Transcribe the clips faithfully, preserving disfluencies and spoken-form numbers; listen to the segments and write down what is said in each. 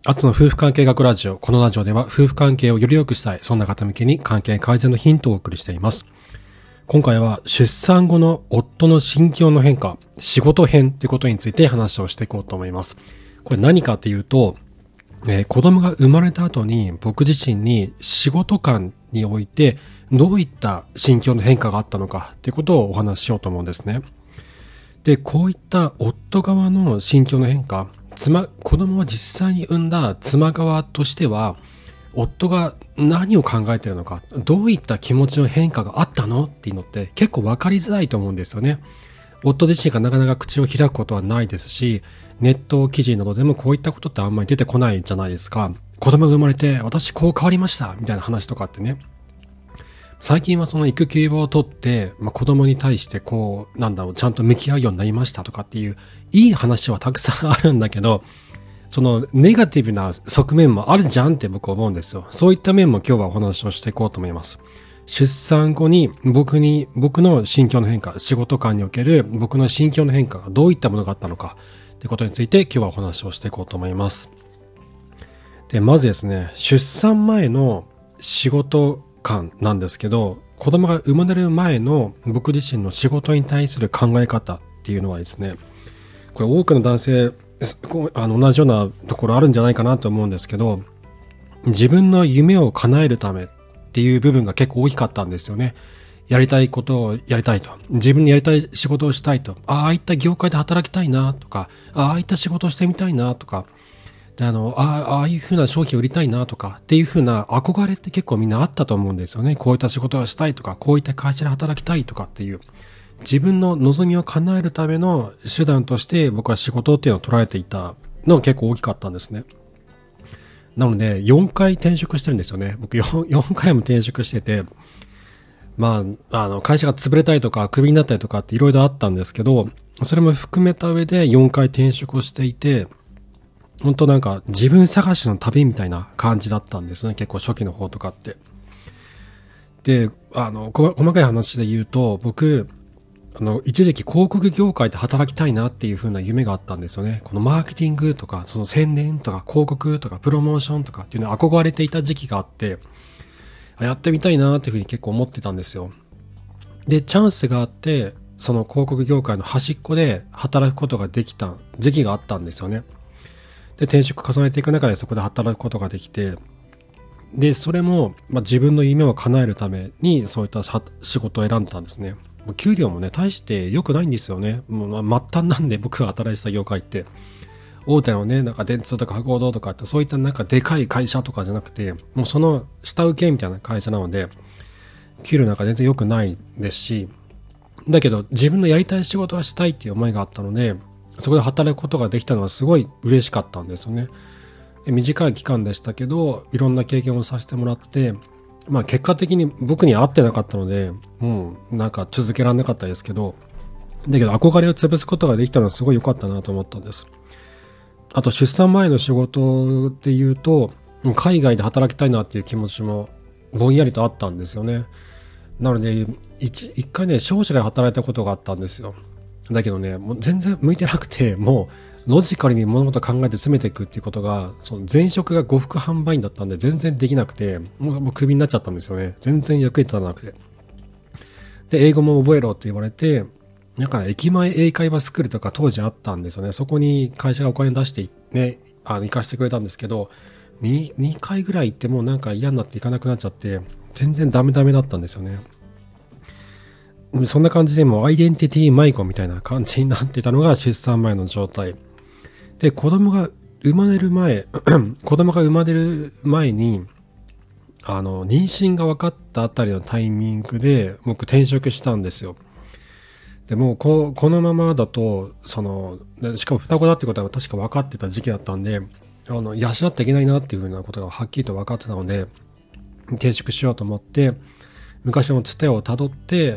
アツの夫婦関係学ラジオ。このラジオでは夫婦関係をより良くしたい、そんな方向けに関係改善のヒントをお送りしています。今回は出産後の夫の心境の変化、仕事編ということについて話をしていこうと思います。これ何かっていうと、えー、子供が生まれた後に僕自身に仕事観においてどういった心境の変化があったのかということをお話ししようと思うんですね。で、こういった夫側の心境の変化、妻、子供を実際に産んだ妻側としては、夫が何を考えているのか、どういった気持ちの変化があったのっていうのって結構分かりづらいと思うんですよね。夫自身がなかなか口を開くことはないですし、ネット記事などでもこういったことってあんまり出てこないじゃないですか。子供が生まれて私こう変わりましたみたいな話とかってね。最近はその育休を取って、まあ、子供に対してこう、なんだろう、ちゃんと向き合うようになりましたとかっていう、いい話はたくさんあるんだけど、そのネガティブな側面もあるじゃんって僕は思うんですよ。そういった面も今日はお話をしていこうと思います。出産後に僕に、僕の心境の変化、仕事観における僕の心境の変化がどういったものがあったのかということについて今日はお話をしていこうと思います。で、まずですね、出産前の仕事観なんですけど、子供が生まれる前の僕自身の仕事に対する考え方っていうのはですね、これ多くの男性あの同じようなところあるんじゃないかなと思うんですけど、自分の夢を叶えるためっていう部分が結構大きかったんですよね。やりたいことをやりたいと、自分にやりたい仕事をしたいと、ああいった業界で働きたいなとか、ああいった仕事をしてみたいなとか、であのあああいうふうな商品を売りたいなとかっていうふうな憧れって結構みんなあったと思うんですよね。こういった仕事をしたいとか、こういった会社で働きたいとかっていう。自分の望みを叶えるための手段として僕は仕事っていうのを捉えていたのが結構大きかったんですね。なのでよんかい転職してるんですよね。僕 4, よんかいも転職してて、まあ、あの会社が潰れたりとかクビになったりとかっていろいろあったんですけど、それも含めた上でよんかい転職をしていて、本当なんか自分探しの旅みたいな感じだったんですね。結構初期の方とかって。で、あの細かい話で言うと、僕あの一時期広告業界で働きたいなっていう風な夢があったんですよね。このマーケティングとかその宣伝とか広告とかプロモーションとかっていうのに憧れていた時期があって、やってみたいなっていう風に結構思ってたんですよ。で、チャンスがあってその広告業界の端っこで働くことができた時期があったんですよね。で、転職重ねていく中でそこで働くことができて、でそれも、まあ、自分の夢を叶えるためにそういった仕事を選んだんですね。給料もね、大して良くないんですよね。もう末端なんで、僕が働いてた業界って。大手のね、なんか電通とか博報とかって、そういったなんかでかい会社とかじゃなくて、もうその下請けみたいな会社なので、給料なんか全然良くないですし、だけど自分のやりたい仕事はしたいっていう思いがあったので、そこで働くことができたのはすごい嬉しかったんですよね。短い期間でしたけど、いろんな経験をさせてもらって、まあ結果的に僕に合ってなかったので、もうなんか続けられなかったですけど、だけど憧れを潰すことができたのはすごい良かったなと思ったんです。あと出産前の仕事で言うと、海外で働きたいなっていう気持ちもぼんやりとあったんですよね。なので一一回ね、商社で働いたことがあったんですよ。だけどね、もう全然向いてなくて、もうロジカルに物事を考えて詰めていくっていうことが、その前職が呉服販売員だったんで全然できなくて、もう、もうクビになっちゃったんですよね。全然役に立たなくて。で、英語も覚えろって言われて、なんか駅前英会話スクールとか当時あったんですよね。そこに会社がお金出してね、あの行かせてくれたんですけど、に, にかいぐらい行ってもなんか嫌になって行かなくなっちゃって、全然ダメダメだったんですよね。そんな感じでもうアイデンティティ迷子みたいな感じになってたのが出産前の状態。で、子供が生まれる前、子供が生まれる前に、あの、妊娠が分かったあたりのタイミングで、僕転職したんですよ。でもこ、このままだと、その、しかも双子だってことは確か分かってた時期だったんで、あの、養っていけないなっていうふうなことがはっきりと分かってたので、転職しようと思って、昔のつてをたどって、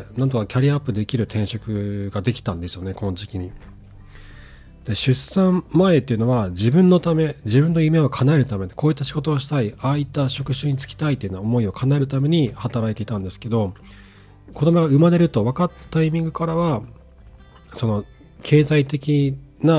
なんとかキャリアアップできる転職ができたんですよね、この時期に。で、出産前っていうのは自分のため、自分の夢を叶えるためで、こういった仕事をしたい、ああいった職種に就きたいっていうような思いを叶えるために働いていたんですけど、子供が生まれると分かったタイミングからは、その経済的な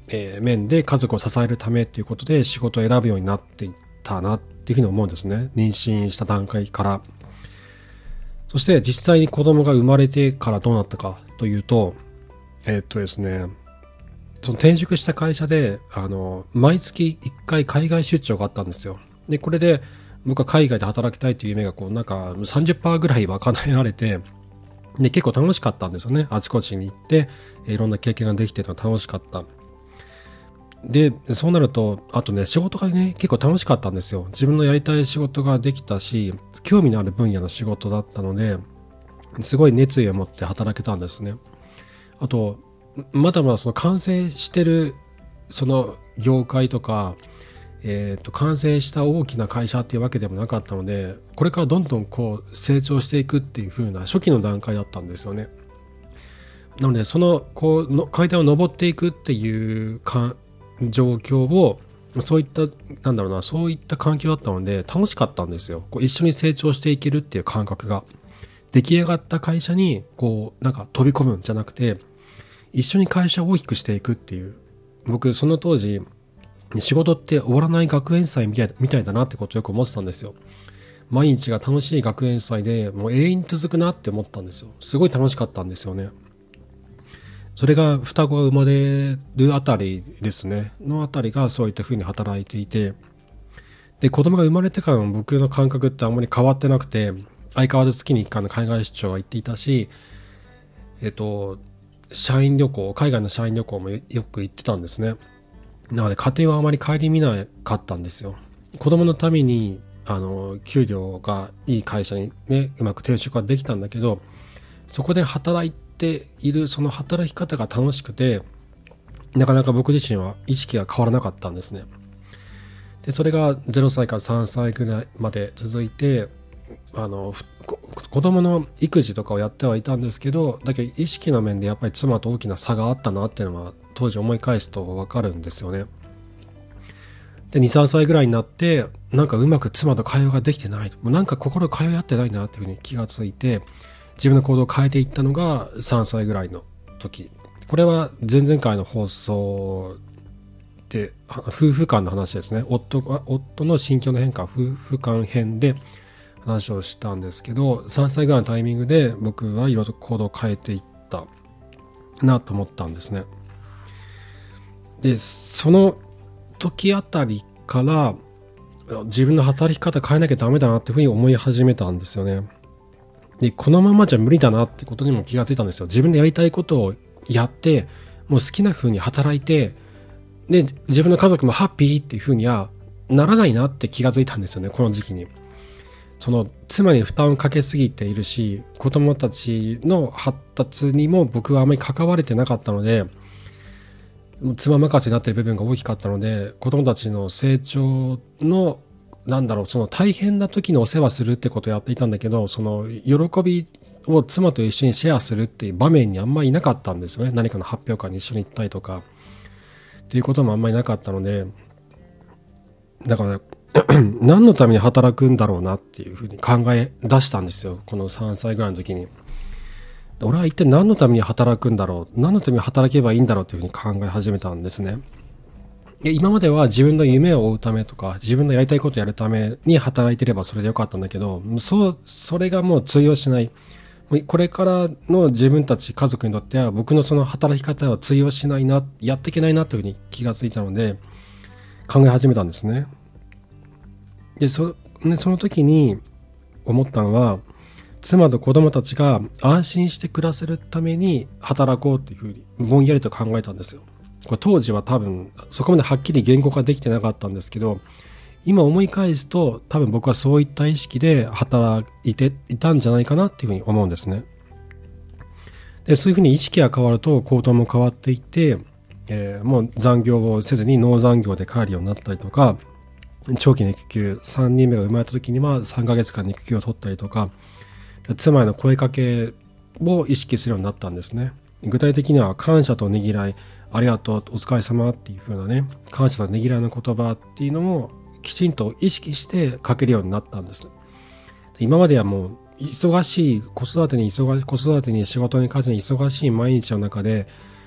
えー面で家族を支えるためっていうことで仕事を選ぶようになっていったなっていうふうに思うんですね。妊娠した段階から。そして実際に子供が生まれてからどうなったかというと、えーっとですね、その転職した会社で、あの、毎月いっかい海外出張があったんですよ。で、これで僕は海外で働きたいという夢がこう、なんかさんじゅっパーセントぐらいは叶えられて、で、結構楽しかったんですよね。あちこちに行って、いろんな経験ができてるのは楽しかった。で、そうなると、あとね、仕事がね、結構楽しかったんですよ。自分のやりたい仕事ができたし、興味のある分野の仕事だったので、すごい熱意を持って働けたんですね。あと、まだまだその完成してる、その業界とか、えっと、完成した大きな会社っていうわけでもなかったので、これからどんどんこう成長していくっていう風な初期の段階だったんですよね。なので、その、こうの階段を上っていくっていうか状況を、そういった、なんだろうな、そういった環境だったので、楽しかったんですよ。こう一緒に成長していけるっていう感覚が。出来上がった会社に、こう、なんか飛び込むんじゃなくて、一緒に会社を大きくしていくっていう。僕、その当時、仕事って終わらない学園祭みたいみたいだなってことをよく思ってたんですよ。毎日が楽しい学園祭で、もう永遠に続くなって思ったんですよ。すごい楽しかったんですよね。それが双子が生まれるあたりですね。のあたりがそういった風に働いていて、で、子供が生まれてからの僕の感覚ってあんまり変わってなくて、相変わらず月にいっかいの海外出張は行っていたし、えっと、社員旅行、海外の社員旅行もよく行ってたんですね。なので家庭はあまり顧みなかったんですよ。子供のために、あの、給料がいい会社にね、うまく転職ができたんだけど、そこで働いている、その働き方が楽しくて、なかなか僕自身は意識が変わらなかったんですね。で、それがゼロさいからさんさいぐらいまで続いて、あの、子供の育児とかをやってはいたんですけど、だけど意識の面でやっぱり妻と大きな差があったなっていうのは当時思い返すとわかるんですよね。で、に、さんさいぐらいになって、なんかうまく妻と会話ができてない。もうなんか心通い合ってないなっていうふうに気がついて、自分の行動を変えていったのがさんさいぐらいの時。これは前々回の放送で、夫婦間の話ですね。夫が、夫の心境の変化、夫婦間編で話をしたんですけど、さんさいぐらいのタイミングで僕はいろいろ行動を変えていったなと思ったんですね。で、その時あたりから自分の働き方変えなきゃダメだなっていうふうに思い始めたんですよね。で、このままじゃ無理だなってことにも気がついたんですよ。自分でやりたいことをやって、もう好きな風に働いて、で、自分の家族もハッピーっていう風にはならないなって気がついたんですよね、この時期に。その、妻に負担をかけすぎているし、子供たちの発達にも僕はあまり関われてなかったので、妻任せになっている部分が大きかったので、子供たちの成長の、なんだろう、その大変な時のお世話するってことをやっていたんだけど、その喜びを妻と一緒にシェアするっていう場面にあんまりいなかったんですよね。何かの発表会に一緒に行ったりとか、っていうこともあんまりなかったので、だから何のために働くんだろうなっていうふうに考え出したんですよ。このさんさいぐらいの時に。俺は一体何のために働くんだろう、何のために働けばいいんだろうというふうに考え始めたんですね。で、今までは自分の夢を追うためとか、自分のやりたいことをやるために働いてればそれでよかったんだけど、そう、それがもう通用しない。これからの自分たち家族にとっては僕のその働き方は通用しないな、やっていけないなというふうに気がついたので、考え始めたんですね。で、そ、ね、その時に思ったのは、妻と子供たちが安心して暮らせるために働こうっていうふうにぼんやりと考えたんですよ。これ当時は多分そこまではっきり言語化できてなかったんですけど、今思い返すと多分僕はそういった意識で働いていたんじゃないかなっていうふうに思うんですね。で、そういうふうに意識が変わると行動も変わっていって、えー、もう残業をせずに農残業で帰るようになったりとか、長期の育休、さんにんめが生まれた時にはさんかげつかん育休を取ったりとか、妻への声かけを意識するようになったんですね。具体的には感謝とねぎらい、ありがとう、お疲れ様っていう風なね、感謝とねぎらいの言葉っていうのもきちんと意識してかけるようになったんです。今まではもう忙しい、子育てに忙しい、子育てに仕事に家事に忙しい毎日の中で、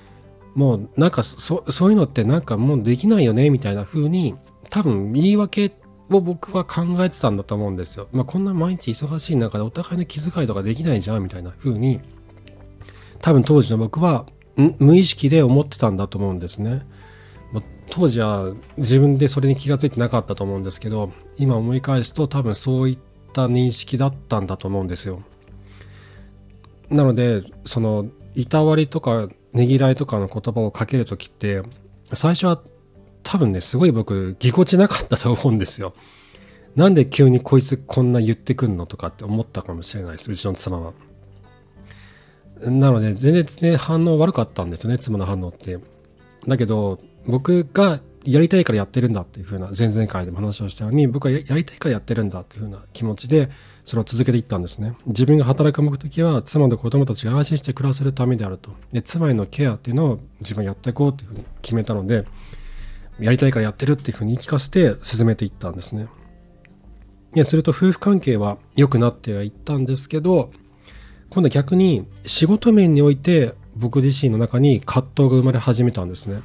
もうなんかそそういうのってなんかもうできないよねみたいな風に多分言い訳を僕は考えてたんだと思うんですよ。まあこんな毎日忙しい中でお互いの気遣いとかできないじゃんみたいな風に多分当時の僕は無意識で思ってたんだと思うんですね。当時は自分でそれに気がついてなかったと思うんですけど、今思い返すと多分そういった認識だったんだと思うんですよ。なのでそのいたわりとかねぎらいとかの言葉をかけるときって最初は多分ねすごい僕ぎこちなかったと思うんですよ。なんで急にこいつこんな言ってくんのとかって思ったかもしれないです、うちの妻は。なので全然、ね、反応悪かったんですよね、妻の反応って。だけど僕がやりたいからやってるんだっていう風な、前々回でも話をしたように僕はやりたいからやってるんだっていう風な気持ちでそれを続けていったんですね。自分が働く目的は妻と子供たちが安心して暮らせるためであると。で妻へのケアっていうのを自分はやっていこうっていう風に決めたので、やりたいからやってるっていう風に言い聞かせて進めていったんですね。すると夫婦関係は良くなってはいったんですけど、今度は逆に仕事面において僕自身の中に葛藤が生まれ始めたんですね。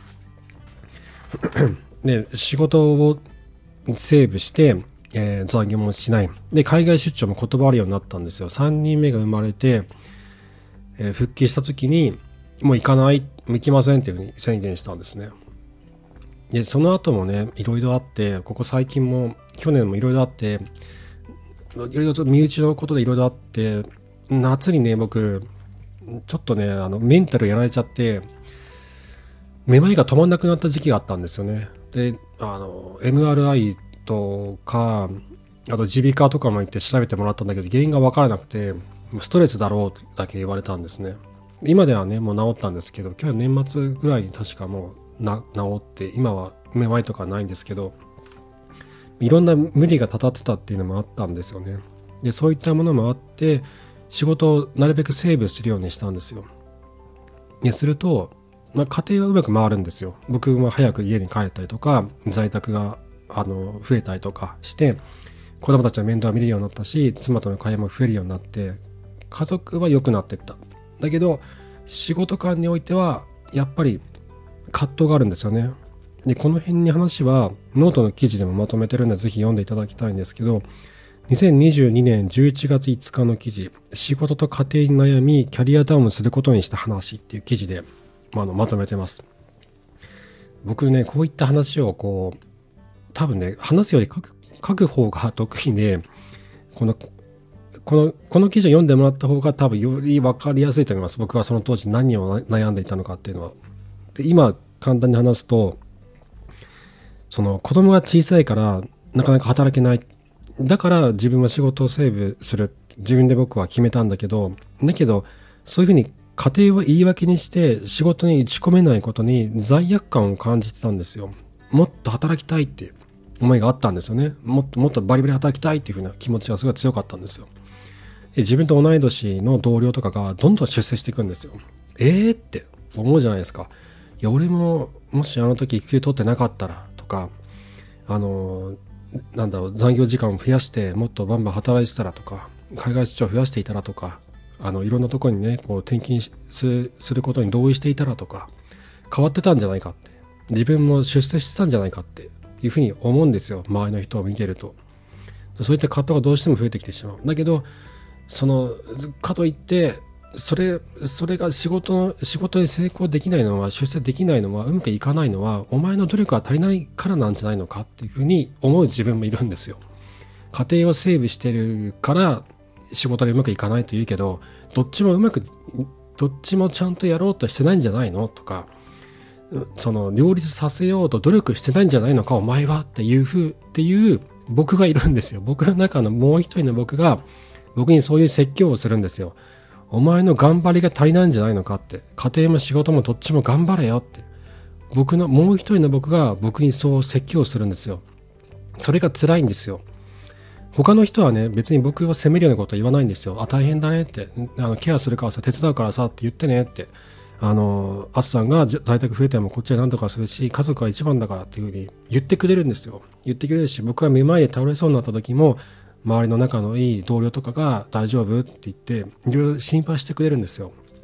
で仕事をセーブして、えー、残業もしない。で海外出張も断るようになったんですよ。さんにんめが生まれて、えー、復帰した時にもう行かない、行きませんっていうふうに宣言したんですね。でその後もねいろいろあって、ここ最近も去年もいろいろあって、いろいろと身内のことでいろいろあって、夏にね僕ちょっとねあのメンタルやられちゃってめまいが止まんなくなった時期があったんですよね。であの エムアールアイ とかあと耳鼻科とかも行って調べてもらったんだけど原因が分からなくて、ストレスだろうだけ言われたんですね。今ではねもう治ったんですけど、去年年末ぐらいに確かもうな治って、今はめまいとかないんですけど、いろんな無理がたたってたっていうのもあったんですよね。でそういったものもあって仕事をなるべくセーブするようにしたんですよ。ですると、まあ、家庭はうまく回るんですよ。僕も早く家に帰ったりとか在宅があの増えたりとかして子供たちの面倒を見るようになったし、妻との会話も増えるようになって家族は良くなっていった。だけど仕事間においてはやっぱり葛藤があるんですよね。でこの辺に話はノートの記事でもまとめてるのでぜひ読んでいただきたいんですけど、にせんにじゅうにねんじゅういちがついつかの記事、仕事と家庭に悩みキャリアダウンすることにした話っていう記事で、まあ、あのまとめてます。僕ねこういった話をこう多分ね話すより書く、書く方が得意で、このこのこの記事を読んでもらった方が多分より分かりやすいと思います。僕はその当時何を悩んでいたのかっていうのは。で今簡単に話すと、その子供が小さいからなかなか働けない、だから自分は仕事をセーブする自分で僕は決めたんだけど、だけどそういうふうに家庭を言い訳にして仕事に打ち込めないことに罪悪感を感じてたんですよ。もっと働きたいって思いがあったんですよね。もっともっとバリバリ働きたいっていうふうな気持ちがすごい強かったんですよ。で自分と同い年の同僚とかがどんどん出世していくんですよ。えーって思うじゃないですか。いや俺ももしあの時育休取ってなかったらとか、あのなんだろう残業時間を増やしてもっとバンバン働いてたらとか、海外出張を増やしていたらとか、あのいろんなところにねこう転勤することに同意していたらとか、変わってたんじゃないかって、自分も出世してたんじゃないかっていうふうに思うんですよ、周りの人を見てると。そういった葛藤がどうしても増えてきてしまう。だけどそのかといってそれそれが仕事仕事に成功できないのは、出世できないのは、うまくいかないのはお前の努力が足りないからなんじゃないのかっていうふうに思う自分もいるんですよ。家庭を整備してるから仕事でうまくいかないと言うけど、どっちもうまくどっちもちゃんとやろうとしてないんじゃないのとか、その両立させようと努力してないんじゃないのかお前はっていうふうっていう僕がいるんですよ。僕の中のもう一人の僕が僕にそういう説教をするんですよ。お前の頑張りが足りないんじゃないのかって、家庭も仕事もどっちも頑張れよって、僕のもう一人の僕が僕にそう説教するんですよ。それが辛いんですよ。他の人はね別に僕を責めるようなことは言わないんですよ。あ大変だねって、あのケアするからさ手伝うからさって言ってねって、あのあつさんが在宅増えてもこっちは何とかするし家族は一番だからっていうふうに言ってくれるんですよ。言ってくれるし、僕がめまいで倒れそうになった時も周りの仲のいい同僚とかが大丈夫って言っていろいろ心配してくれるんですよ。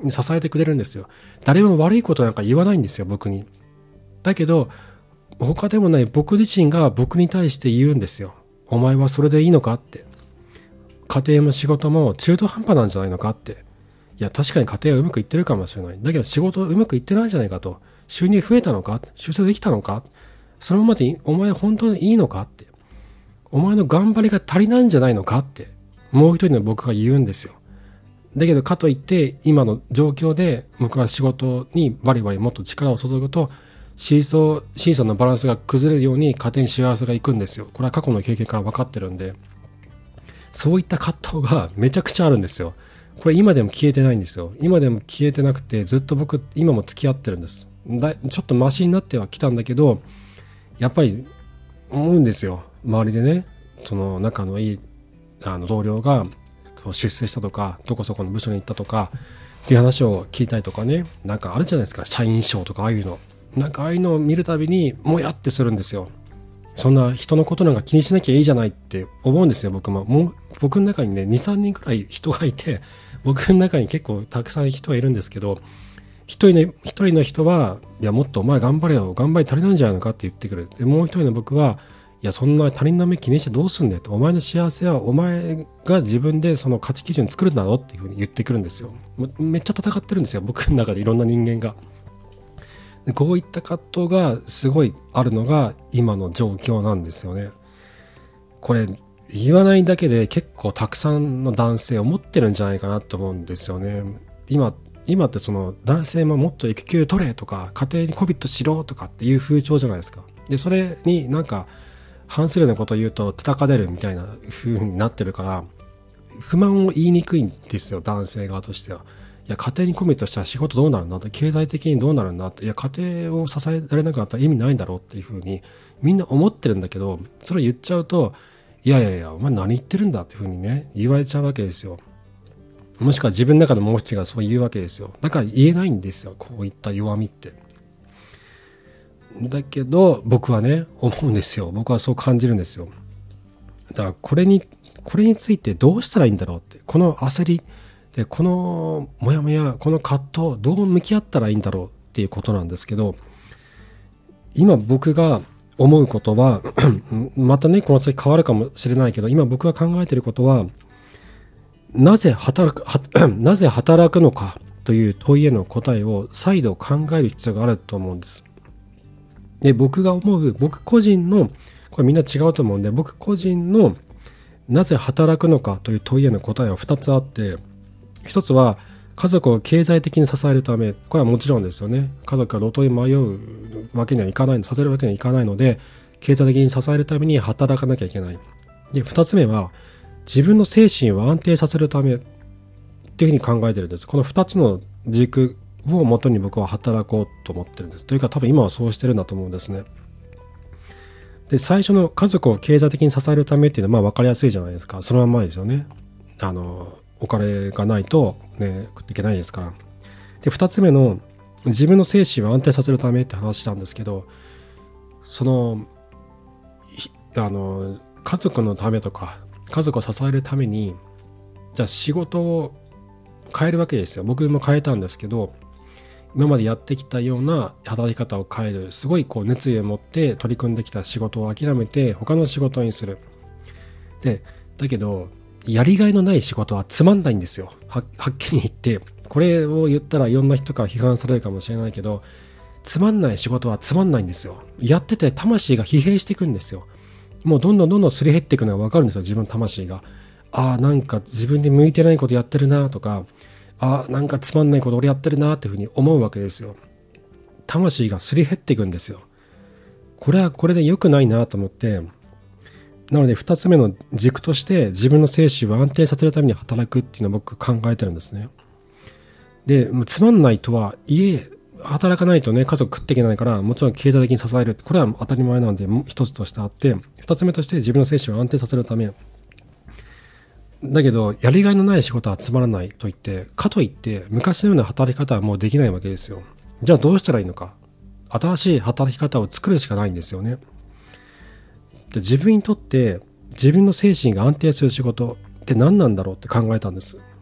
支えてくれるんですよ。誰も悪いことなんか言わないんですよ、僕に。だけど、他でもない僕自身が僕に対して言うんですよ。お前はそれでいいのかって。家庭も仕事も中途半端なんじゃないのかって。いや、確かに家庭はうまくいってるかもしれない。だけど仕事うまくいってないんじゃないかと。収入増えたのか、出世できたのか、そのままでお前本当にいいのかって。お前の頑張りが足りないんじゃないのかって。もう一人の僕が言うんですよ。だけどかといって今の状況で僕は仕事にバリバリもっと力を注ぐとシーソー、シーソーのバランスが崩れるように家庭に幸せがいくんですよ。これは過去の経験から分かってるんで、そういった葛藤がめちゃくちゃあるんですよ。これ今でも消えてないんですよ。今でも消えてなくてずっと僕今も付き合ってるんです。だちょっとマシになってはきたんだけど、やっぱり思うんですよ。周りでね、その仲のいいあの同僚が出世したとか、どこそこの部署に行ったとかっていう話を聞いたりとかね、なんかあるじゃないですか、社員証とかああいうの。なんかああいうのを見るたびにもやってするんですよ。そんな人のことなんか気にしなきゃいいじゃないって思うんですよ。僕ももう僕の中にねにさんにんくらい人がいて、僕の中に結構たくさん人がいるんですけど、一人の一人の人はいやもっとお前頑張れよ、頑張り足りないんじゃないのかって言ってくる。でもう一人の僕はいやそんな他人の目気にしてどうすんだよと、お前の幸せはお前が自分でその価値基準作るんだろっていうふうに言ってくるんですよ。めっちゃ戦ってるんですよ、僕の中でいろんな人間が。こういった葛藤がすごいあるのが今の状況なんですよね。これ言わないだけで結構たくさんの男性思ってるんじゃないかなと思うんですよね。今今ってその男性ももっと育休取れとか家庭にコミットしろとかっていう風潮じゃないですか。でそれになんか反するようなことを言うと叩かれるみたいな風になってるから不満を言いにくいんですよ、男性側としては。いや家庭にコミットしたら仕事どうなるんだって、経済的にどうなるんだって、いや家庭を支えられなかったら意味ないんだろうっていう風にみんな思ってるんだけど、それを言っちゃうといやいやいやお前何言ってるんだっていう風にね言われちゃうわけですよ。もしくは自分の中でもう一人がそう言うわけですよ。だから言えないんですよ、こういった弱みって。だけど僕はね思うんですよ。僕はそう感じるんですよ。だからこれにこれについてどうしたらいいんだろうって、この焦りでこのモヤモヤ、この葛藤どう向き合ったらいいんだろうっていうことなんですけど、今僕が思うことはまたねこの先変わるかもしれないけど、今僕が考えていることはなぜ働くなぜ働くのかという問いへの答えを再度考える必要があると思うんです。で僕が思う僕個人のこれみんな違うと思うんで、僕個人のなぜ働くのかという問いへの答えはふたつあって、一つは家族を経済的に支えるため、これはもちろんですよね。家族が路頭に迷うわけにはいかない、させるわけにはいかないので、経済的に支えるために働かなきゃいけない。で、二つ目は自分の精神を安定させるためっていうふうに考えてるんです。この二つの軸をもとに僕は働こうと思ってるんです。というか多分今はそうしてるんだと思うんですね。で、最初の家族を経済的に支えるためっていうのはまあ分かりやすいじゃないですか。そのまんまですよね。あのお金がないとね食っていけないですから。でふたつめの自分の精神を安定させるためって話なんですけど、そのあの家族のためとか家族を支えるためにじゃあ仕事を変えるわけですよ。僕も変えたんですけど、今までやってきたような働き方を変える、すごいこう熱意を持って取り組んできた仕事を諦めて他の仕事にする。でだけどやりがいのない仕事はつまんないんですよ。 は, はっきり言って、これを言ったらいろんな人から批判されるかもしれないけど、つまんない仕事はつまんないんですよ。やってて魂が疲弊していくんですよ。もうどんどんどんどんすり減っていくのが分かるんですよ、自分の魂が。ああなんか自分で向いてないことやってるなとか、ああなんかつまんないこと俺やってるなっていうふうに思うわけですよ。魂がすり減っていくんですよ。これはこれで良くないなと思って、なのでふたつめの軸として自分の精神を安定させるために働くっていうのは僕考えてるんですね。でつまんないとはいえ働かないとね家族食っていけないから、もちろん経済的に支える、これは当たり前なんで一つとしてあって、二つ目として自分の精神を安定させるためだけどやりがいのない仕事はつまらないと言って、かといって昔のような働き方はもうできないわけですよ。じゃあどうしたらいいのか。新しい働き方を作るしかないんですよね。で自分にとって自分の精神が安定する仕事って何なんだろうって考えたんです。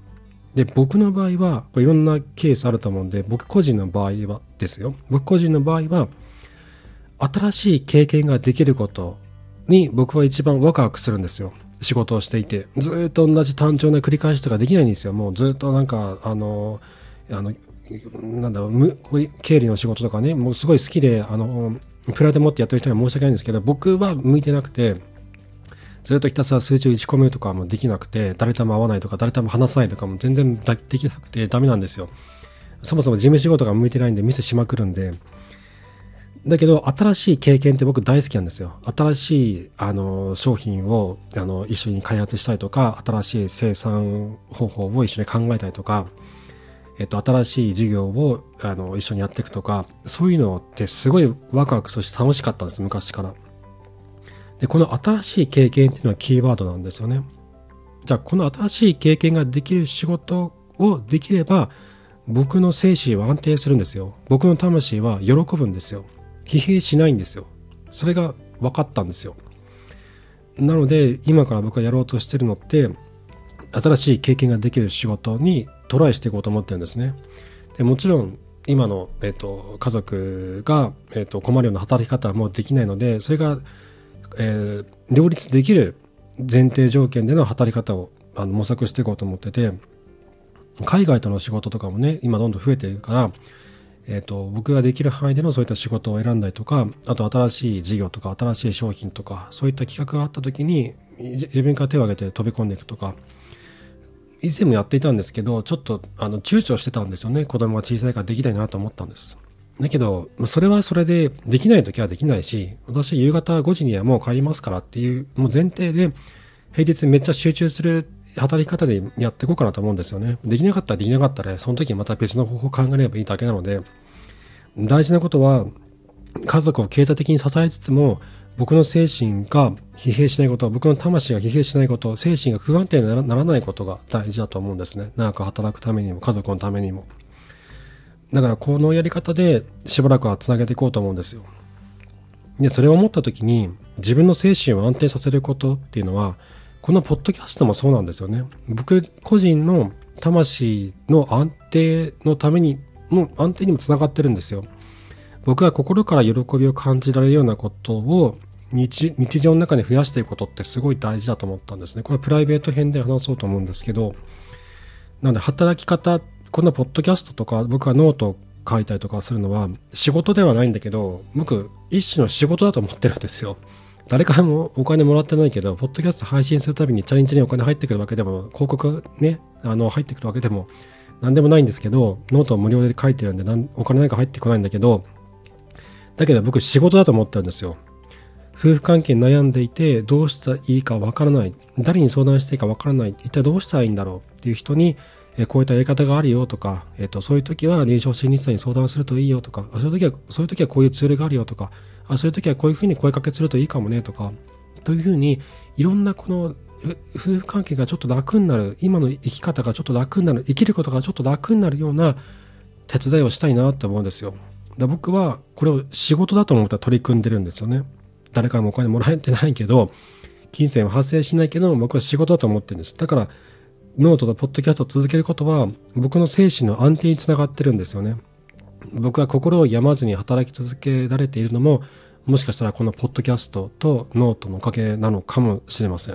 で、僕の場合は、これいろんなケースあると思うんで、僕個人の場合はですよ。僕個人の場合は、新しい経験ができることに僕は一番ワクワクするんですよ。仕事をしていて。ずーっと同じ単調な繰り返しとかできないんですよ。もうずっとなんか、あの、あの、なんだろう、む経理の仕事とかね、もうすごい好きで、あの、プライド持ってやってる人には申し訳ないんですけど、僕は向いてなくて、ずっとひたすら数値を打ち込むとかもできなくて、誰とも会わないとか、誰とも話さないとかも全然できなくてダメなんですよ。そもそも事務仕事が向いてないんでミスしまくるんで。だけど、新しい経験って僕大好きなんですよ。新しい、あの、商品を、あの、一緒に開発したいとか、新しい生産方法を一緒に考えたりとか、えっと、新しい事業を、あの、一緒にやっていくとか、そういうのってすごいワクワク、そして楽しかったんです、昔から。で、この新しい経験っていうのはキーワードなんですよね。じゃあ、この新しい経験ができる仕事をできれば、僕の精神は安定するんですよ。僕の魂は喜ぶんですよ。疲弊しないんですよ。それが分かったんですよ。なので、今から僕がやろうとしてるのって、新しい経験ができる仕事にトライしていこうと思ってるんですね。でもちろん、今の、えっと、家族が、えっと、困るような働き方はもうできないので、それが、えー、両立できる前提条件での働き方をあの模索していこうと思ってて、海外との仕事とかもね、今どんどん増えているから、えっと、僕ができる範囲でのそういった仕事を選んだりとか、あと新しい事業とか新しい商品とか、そういった企画があった時に、自分から手を挙げて飛び込んでいくとか、以前もやっていたんですけど、ちょっとあの躊躇してたんですよね。子供が小さいからできないなと思ったんです。だけど、それはそれでできない時はできないし、私夕方ごじにはもう帰りますからっていうもう前提で、平日めっちゃ集中する働き方でやっていこうかなと思うんですよね。できなかったらできなかったら、その時また別の方法を考えればいいだけなので、大事なことは、家族を経済的に支えつつも、僕の精神が疲弊しないこと、僕の魂が疲弊しないこと、精神が不安定にならないことが大事だと思うんですね。長く働くためにも、家族のためにも。だからこのやり方でしばらくはつなげていこうと思うんですよ。で、それを思った時に、自分の精神を安定させることっていうのは、このポッドキャストもそうなんですよね。僕個人の魂の安定のためにも、安定にもつながってるんですよ。僕が心から喜びを感じられるようなことを日、日常の中に増やしていくことってすごい大事だと思ったんですね。これはプライベート編で話そうと思うんですけど、なので働き方、このポッドキャストとか僕はノートを書いたりとかするのは仕事ではないんだけど、僕一種の仕事だと思ってるんですよ。誰からもお金もらってないけど、ポッドキャスト配信するたびにチャレンジにお金入ってくるわけでも、広告ね、あの入ってくるわけでも何でもないんですけど、ノートを無料で書いてるんでなんお金なんか入ってこないんだけど、だけど僕仕事だと思ってるんですよ。夫婦関係に悩んでいてどうしたらいいかわからない。誰に相談していいかわからない。一体どうしたらいいんだろうっていう人に、えこういったやり方があるよとか、えっと、そういう時は臨床心理士さんに相談するといいよとか、そういう時は、そういう時はこういうツールがあるよとか、あそういう時はこういうふうに声かけするといいかもねとか、というふうにいろんなこの夫婦関係がちょっと楽になる、今の生き方がちょっと楽になる、生きることがちょっと楽になるような手伝いをしたいなって思うんですよ。だ僕はこれを仕事だと思ったら取り組んでるんですよね。誰からもお金もらえてないけど、金銭は発生しないけど、僕は仕事だと思ってるんです。だから、ノートとポッドキャストを続けることは、僕の精神の安定につながってるんですよね。僕は心を病まずに働き続けられているのも、もしかしたらこのポッドキャストとノートのおかげなのかもしれません。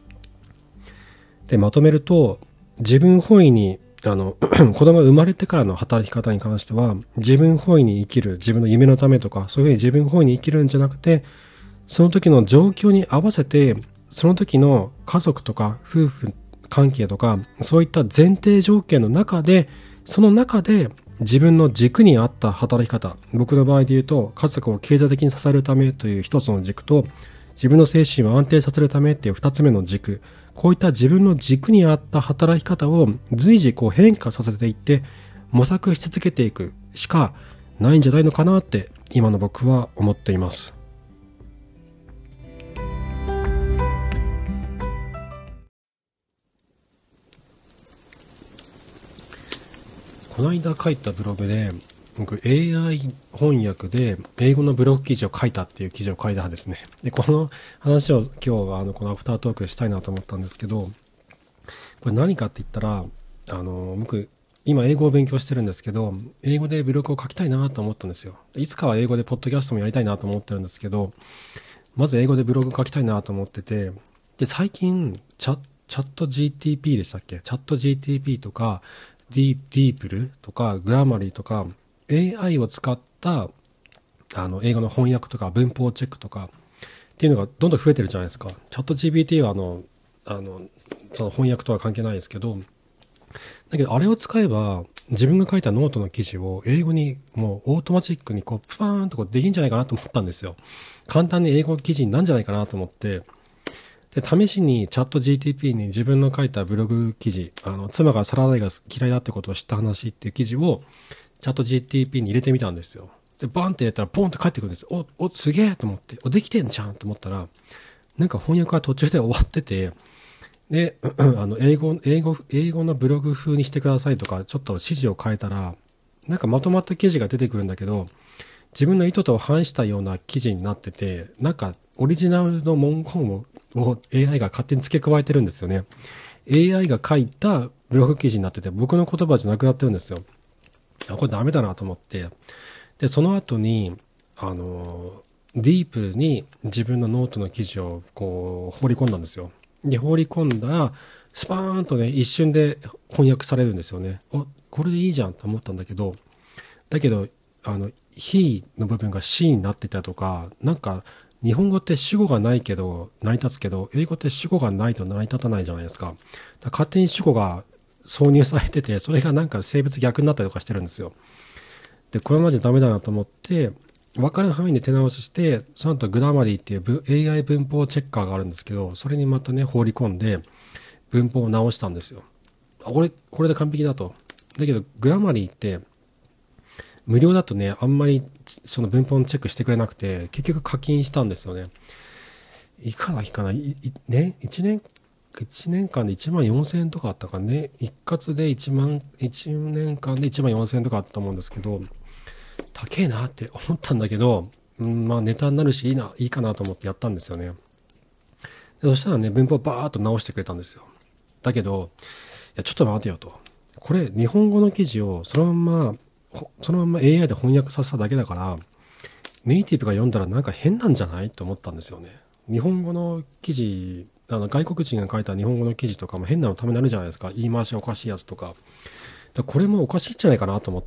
で、まとめると、自分本位にあの子供が生まれてからの働き方に関しては、自分本位に生きる、自分の夢のためとか、そういうふうに自分本位に生きるんじゃなくて、その時の状況に合わせて、その時の家族とか夫婦関係とか、そういった前提条件の中で、その中で自分の軸に合った働き方、僕の場合で言うと、家族を経済的に支えるためという一つの軸と、自分の精神を安定させるためっていう二つ目の軸、こういった自分の軸に合った働き方を随時こう変化させていって模索し続けていくしかないんじゃないのかなって今の僕は思っています。この間書いたブログで僕 エーアイ 翻訳で英語のブログ記事を書いたっていう記事を書いたんですね。で、この話を今日はあのこのアフタートークでしたいなと思ったんですけど、これ何かって言ったら、 あの、僕、今英語を勉強してるんですけど、英語でブログを書きたいなと思ったんですよ。いつかは英語でポッドキャストもやりたいなと思ってるんですけど、まず英語でブログ書きたいなと思ってて、で、最近、チャ、チャット ジーティーピー でしたっけ？チャット ジーティーピー とか、ディー、ディープルとか、グラマリーとか、エーアイ を使った、あの、英語の翻訳とか文法チェックとか、っていうのがどんどん増えてるじゃないですか。チャット ジーピーティー はあの、あの、その翻訳とは関係ないですけど、だけどあれを使えば、自分が書いたノートの記事を英語にもうオートマチックにこう、プパーンとこうできんじゃないかなと思ったんですよ。簡単に英語記事になるんじゃないかなと思って、で、試しにチャット ジーティーピー に自分の書いたブログ記事、あの、妻がサラダ油が嫌いだってことを知った話っていう記事を、チャット ジーティーピー に入れてみたんですよ。で、バンって入れたら、ポンって返ってくるんですよ。お、お、すげえと思って、お、できてんじゃんと思ったら、なんか翻訳が途中で終わってて、で、あの、英語、英語、英語のブログ風にしてくださいとか、ちょっと指示を変えたら、なんかまとまった記事が出てくるんだけど、自分の意図と反したような記事になってて、なんかオリジナルの文言をを エーアイ が勝手に付け加えてるんですよね。エーアイ が書いたブログ記事になってて、僕の言葉じゃなくなってるんですよ。あ、これダメだなと思って。で、その後に、あの、ディープに自分のノートの記事をこう放り込んだんですよ。で、放り込んだら、スパーンとね、一瞬で翻訳されるんですよね。お、これでいいじゃんと思ったんだけど、だけど、あの、he の部分が she になってたとか、なんか、日本語って主語がないけど、成り立つけど、英語って主語がないと成り立たないじゃないですか。だから勝手に主語が挿入されてて、それがなんか性別逆になったりとかしてるんですよ。で、これまでダメだなと思って、分かる範囲で手直しして、その後グラマリーっていう エーアイ 文法チェッカーがあるんですけど、それにまたね、放り込んで、文法を直したんですよ。あ、これ、これで完璧だと。だけど、グラマリーって、無料だとね、あんまりその文法のチェックしてくれなくて、結局課金したんですよね。いかがいかない、いね、一年、一年間でいちまんよんせんえんとかあったかね、一括でいちまん、一年間でいちまんよんせんえんとかあったと思うんですけど、高えなって思ったんだけど、うん、まあネタになるしいいな、いいかなと思ってやったんですよね。でそしたらね、文法バーっと直してくれたんですよ。だけど、いや、ちょっと待てよと。これ、日本語の記事をそのまんま、そのまま エーアイ で翻訳させただけだから、ネイティブが読んだらなんか変なんじゃないと思ったんですよね。日本語の記事、あの外国人が書いた日本語の記事とかも変なのためになるじゃないですか。言い回しがおかしいやつとか。だこれもおかしいんじゃないかなと思って、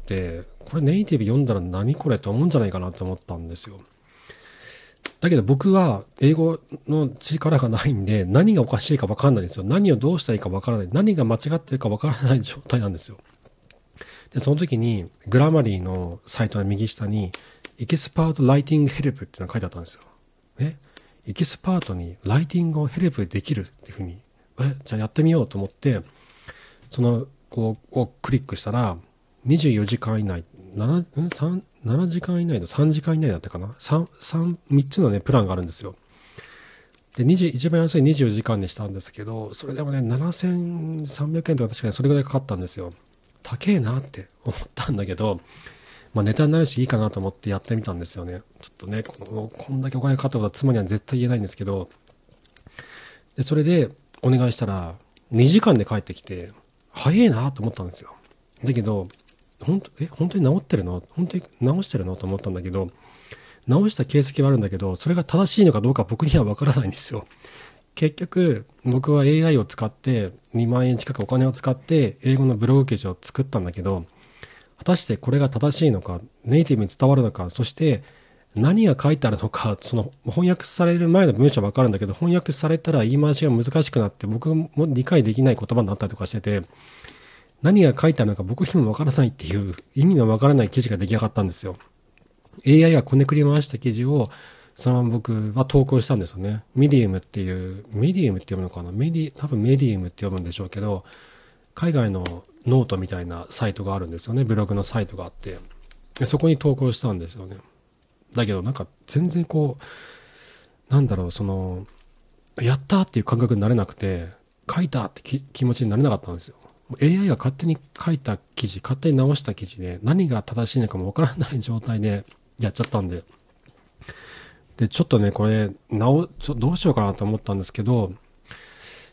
これネイティブ読んだら何これと思うんじゃないかなと思ったんですよ。だけど僕は英語の力がないんで、何がおかしいか分かんないんですよ。何をどうしたらいいか分からない。何が間違ってるか分からない状態なんですよ。で、その時に、グラマリーのサイトの右下に、エキスパートライティングヘルプっていうのが書いてあったんですよ。えエキスパートにライティングをヘルプできるっていうふうに、えじゃあやってみようと思って、その、こう、をクリックしたら、にじゅうよじかん以内、7、3、ななじかん以内のさんじかん以内だったかな ?さん、3、みっつのね、プランがあるんですよ。で、にじゅう、一番安いにじゅうよじかんにしたんですけど、それでもね、ななせんさんびゃくえんとか確かにそれぐらいかかったんですよ。高えなって思ったんだけど、まあネタになるしいいかなと思ってやってみたんですよね。ちょっとね、この、こんだけお金かかったことは妻には絶対言えないんですけど、で、それでお願いしたら、にじかんで帰ってきて、早えなと思ったんですよ。だけど、本当、え、本当に治ってるの本当に治してるのと思ったんだけど、治した形跡はあるんだけど、それが正しいのかどうか僕にはわからないんですよ。結局、僕は エーアイ を使って、にまんえん近くお金を使って、英語のブログ記事を作ったんだけど、果たしてこれが正しいのか、ネイティブに伝わるのか、そして何が書いてあるのか、その翻訳される前の文章はわかるんだけど、翻訳されたら言い回しが難しくなって、僕も理解できない言葉になったりとかしてて、何が書いてあるのか僕にもわからないっていう意味のわからない記事が出来上がったんですよ。エーアイ がこねくり回した記事を、そのまま僕は投稿したんですよね。メディウムっていう、メディウムって読むのかなメディ、多分メディウムって読むんでしょうけど、海外のノートみたいなサイトがあるんですよね。ブログのサイトがあって。でそこに投稿したんですよね。だけどなんか全然こう、なんだろう、その、やったっていう感覚になれなくて、書いたって気持ちになれなかったんですよ。エーアイ が勝手に書いた記事、勝手に直した記事で何が正しいのかもわからない状態でやっちゃったんで。で、ちょっとね、これ、直、ちょどうしようかなと思ったんですけど、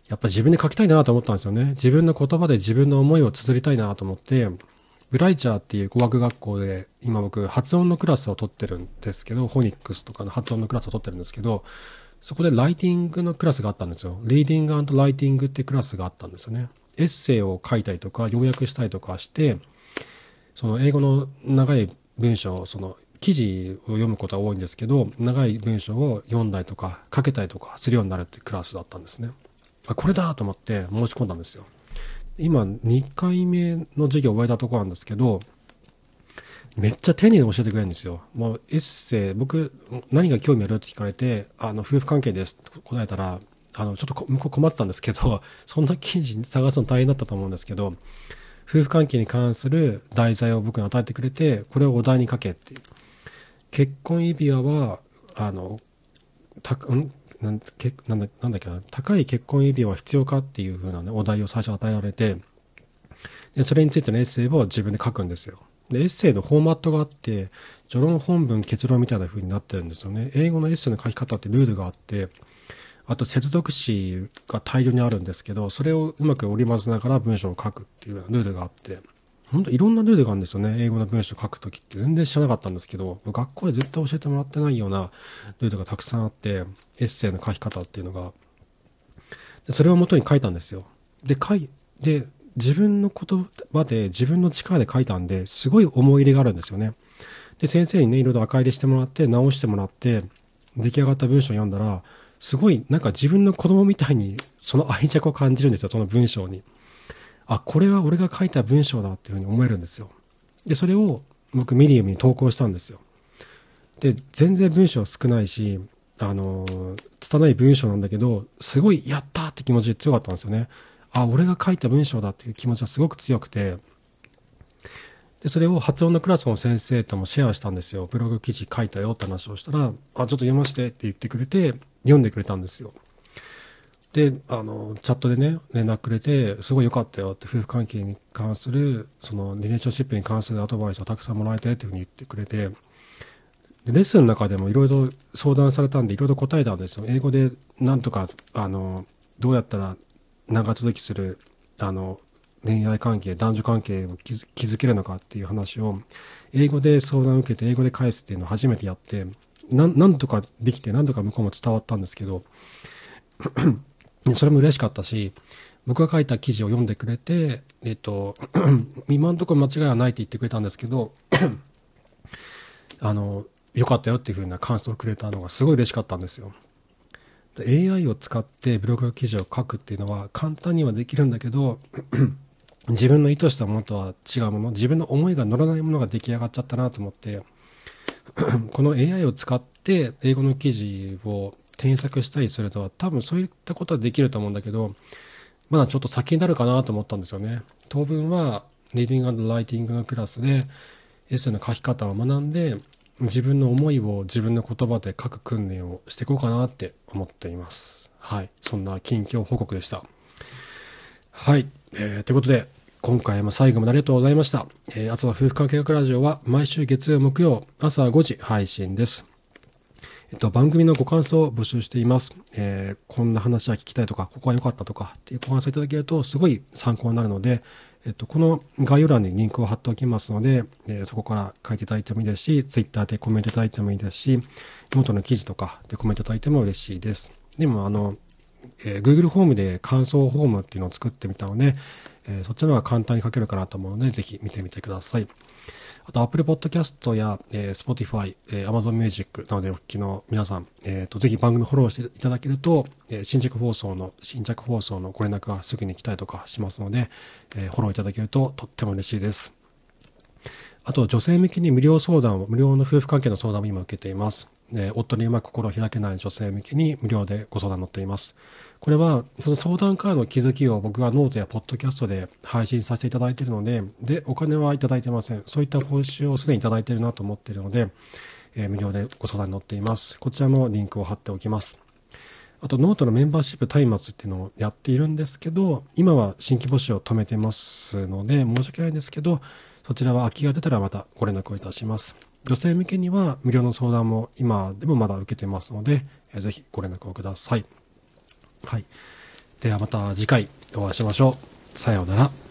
やっぱ自分で書きたいなと思ったんですよね。自分の言葉で自分の思いを綴りたいなと思って、ブライチャーっていう語学学校で、今僕発音のクラスを取ってるんですけど、フォニックスとかの発音のクラスを取ってるんですけど、そこでライティングのクラスがあったんですよ。リーディング&ライティングっていうクラスがあったんですよね。エッセイを書いたりとか、要約したりとかして、その英語の長い文章、その記事を読むことは多いんですけど、長い文章を読んだりとか、書けたりとかするようになるっていうクラスだったんですね。あ、これだと思って申し込んだんですよ。今、にかいめの授業を終えたところなんですけど、めっちゃ丁寧に教えてくれるんですよ。もうエッセイ、僕、何が興味あるって聞かれて、あの、夫婦関係ですって答えたら、あの、ちょっと向こう困ってたんですけど、そんな記事探すの大変だったと思うんですけど、夫婦関係に関する題材を僕に与えてくれて、これをお題に書けっていう。結婚指輪は、あの、た、んなんけなんだなんだっけな、高い結婚指輪は必要かっていう風なね、お題を最初与えられて、で、それについてのエッセイを自分で書くんですよ。で、エッセイのフォーマットがあって、序論、本文、結論みたいな風になってるんですよね。英語のエッセイの書き方ってルールがあって、あと接続詞が大量にあるんですけど、それをうまく織り交ぜながら文章を書くっていうルールがあって、本当いろんなルールがあるんですよね。英語の文章を書くときって全然知らなかったんですけど、学校で絶対教えてもらってないようなルールがたくさんあって、エッセイの書き方っていうのが、でそれを元に書いたんですよ。で、書い、で、自分の言葉で自分の力で書いたんで、すごい思い入れがあるんですよね。で、先生にね、いろいろ赤入れしてもらって、直してもらって、出来上がった文章を読んだら、すごい、なんか自分の子供みたいに、その愛着を感じるんですよ、その文章に。あ、これは俺が書いた文章だっていうふうに思えるんですよ。で、それを僕、ミディウムに投稿したんですよ。で、全然文章少ないし、あのー、拙い文章なんだけど、すごい、やったーって気持ち強かったんですよね。あ、俺が書いた文章だっていう気持ちがすごく強くて、で、それを発音のクラスの先生ともシェアしたんですよ。ブログ記事書いたよって話をしたら、あ、ちょっと読ませてって言ってくれて、読んでくれたんですよ。で、あの、チャットでね、連絡くれて、すごい良かったよって、夫婦関係に関する、その、リレーションシップに関するアドバイスをたくさんもらえてっていうふうに言ってくれて、でレッスンの中でもいろいろ相談されたんで、いろいろ答えたんですよ。英語で、なんとか、あの、どうやったら長続きする、あの、恋愛関係、男女関係を築築けるのかっていう話を、英語で相談を受けて、英語で返すっていうのを初めてやって、なん、なんとかできて、なんとか向こうも伝わったんですけど、それも嬉しかったし、僕が書いた記事を読んでくれて、えっと、今のところ間違いはないって言ってくれたんですけど、あの、良かったよっていう風な感想をくれたのがすごい嬉しかったんですよ。エーアイ を使ってブログ記事を書くっていうのは簡単にはできるんだけど、自分の意図したものとは違うもの、自分の思いが乗らないものが出来上がっちゃったなと思って、この エーアイ を使って英語の記事を添削したりするとは多分そういったことはできると思うんだけど、まだちょっと先になるかなと思ったんですよね。当分はリーディング&ライティングのクラスでエッセイの書き方を学んで、自分の思いを自分の言葉で書く訓練をしていこうかなって思っています。はい。そんな近況報告でした。はい。えー、ということで、今回も最後までありがとうございました。えー、朝の夫婦関係学ラジオは毎週月曜木曜朝ごじ配信です。えっと、番組のご感想を募集しています。えー、こんな話は聞きたいとか、ここは良かったとかっていうご感想いただけるとすごい参考になるので、えっと、この概要欄にリンクを貼っておきますので、えー、そこから書いていただいてもいいですし、Twitter でコメントいただいてもいいですし、元の記事とかでコメントいただいても嬉しいです。でも、あの、えー、Google フォームで感想フォームっていうのを作ってみたので、えー、そっちの方が簡単に書けるかなと思うので、ぜひ見てみてください。あと、Apple Podcast や、えー、Spotify、えー、Amazon Music などでお聞きの皆さん、えーと、ぜひ番組フォローしていただけると、えー、新着放送の、新着放送のご連絡がすぐに来たりとかしますので、えー、フォローいただけるととっても嬉しいです。あと、女性向けに無料相談を、無料の夫婦関係の相談も今受けています。えー、夫にうまく心を開けない女性向けに無料でご相談乗っています。これは、その相談からの気づきを僕はノートやポッドキャストで配信させていただいているので、で、お金はいただいてません。そういった報酬をすでにいただいているなと思っているので、えー、無料でご相談に乗っています。こちらもリンクを貼っておきます。あと、ノートのメンバーシップ松明っていうのをやっているんですけど、今は新規募集を止めてますので、申し訳ないんですけど、そちらは空きが出たらまたご連絡をいたします。女性向けには無料の相談も今でもまだ受けてますので、えー、ぜひご連絡をください。はい。 ではまた次回お会いしましょう。さようなら。